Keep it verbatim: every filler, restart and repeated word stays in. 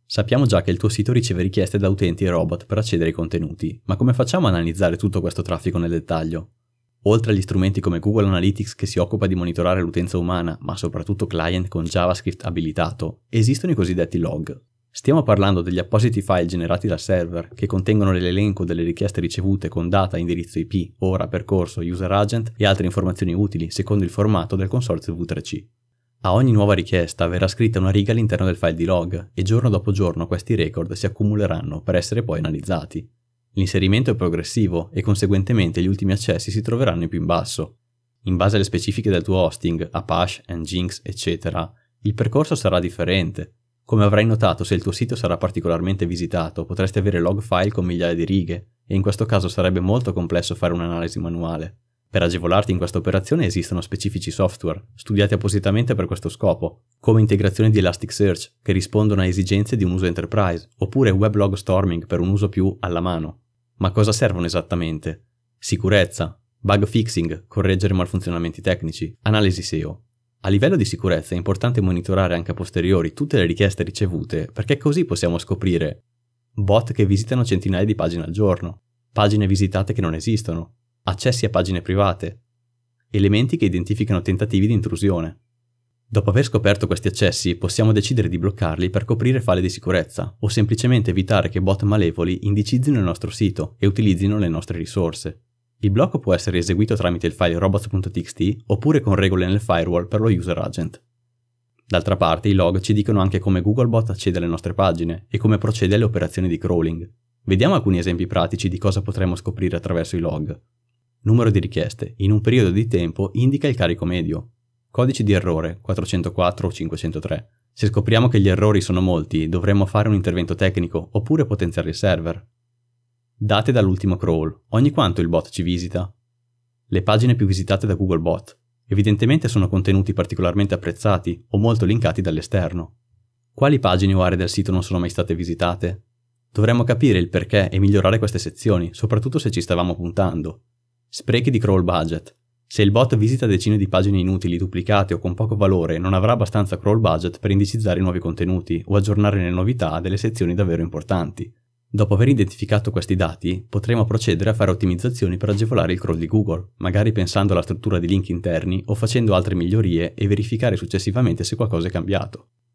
Sappiamo già che il tuo sito riceve richieste da utenti e robot per accedere ai contenuti, ma come facciamo a analizzare tutto questo traffico nel dettaglio? Oltre agli strumenti come Google Analytics che si occupa di monitorare l'utenza umana, ma soprattutto client con JavaScript abilitato, esistono i cosiddetti log. Stiamo parlando degli appositi file generati dal server che contengono l'elenco delle richieste ricevute con data, indirizzo I P, ora, percorso, user agent e altre informazioni utili secondo il formato del consorzio V tre C. A ogni nuova richiesta verrà scritta una riga all'interno del file di log e giorno dopo giorno questi record si accumuleranno per essere poi analizzati. L'inserimento è progressivo e conseguentemente gli ultimi accessi si troveranno più in basso. In base alle specifiche del tuo hosting, Apache, Nginx, eccetera, il percorso sarà differente. Come avrai notato, se il tuo sito sarà particolarmente visitato, potresti avere log file con migliaia di righe, e in questo caso sarebbe molto complesso fare un'analisi manuale. Per agevolarti in questa operazione esistono specifici software, studiati appositamente per questo scopo, come integrazioni di Elasticsearch, che rispondono a esigenze di un uso enterprise, oppure weblog storming per un uso più alla mano. Ma cosa servono esattamente? Sicurezza, bug fixing, correggere malfunzionamenti tecnici, analisi S E O. A livello di sicurezza è importante monitorare anche a posteriori tutte le richieste ricevute, perché così possiamo scoprire bot che visitano centinaia di pagine al giorno, pagine visitate che non esistono, accessi a pagine private, elementi che identificano tentativi di intrusione. Dopo aver scoperto questi accessi, possiamo decidere di bloccarli per coprire falle di sicurezza, o semplicemente evitare che bot malevoli indicizzino il nostro sito e utilizzino le nostre risorse. Il blocco può essere eseguito tramite il file robots punto t x t oppure con regole nel firewall per lo user agent. D'altra parte, i log ci dicono anche come Googlebot accede alle nostre pagine e come procede alle operazioni di crawling. Vediamo alcuni esempi pratici di cosa potremo scoprire attraverso i log. Numero di richieste. In un periodo di tempo indica il carico medio. Codice di errore quattrocentoquattro o cinquecentotré. Se scopriamo che gli errori sono molti, dovremmo fare un intervento tecnico oppure potenziare il server. Date dall'ultimo crawl. Ogni quanto il bot ci visita? Le pagine più visitate da Googlebot. Evidentemente sono contenuti particolarmente apprezzati o molto linkati dall'esterno. Quali pagine o aree del sito non sono mai state visitate? Dovremmo capire il perché e migliorare queste sezioni, soprattutto se ci stavamo puntando. Sprechi di crawl budget. Se il bot visita decine di pagine inutili, duplicate o con poco valore, non avrà abbastanza crawl budget per indicizzare i nuovi contenuti o aggiornare le novità delle sezioni davvero importanti. Dopo aver identificato questi dati, potremo procedere a fare ottimizzazioni per agevolare il crawl di Google, magari pensando alla struttura di link interni o facendo altre migliorie e verificare successivamente se qualcosa è cambiato.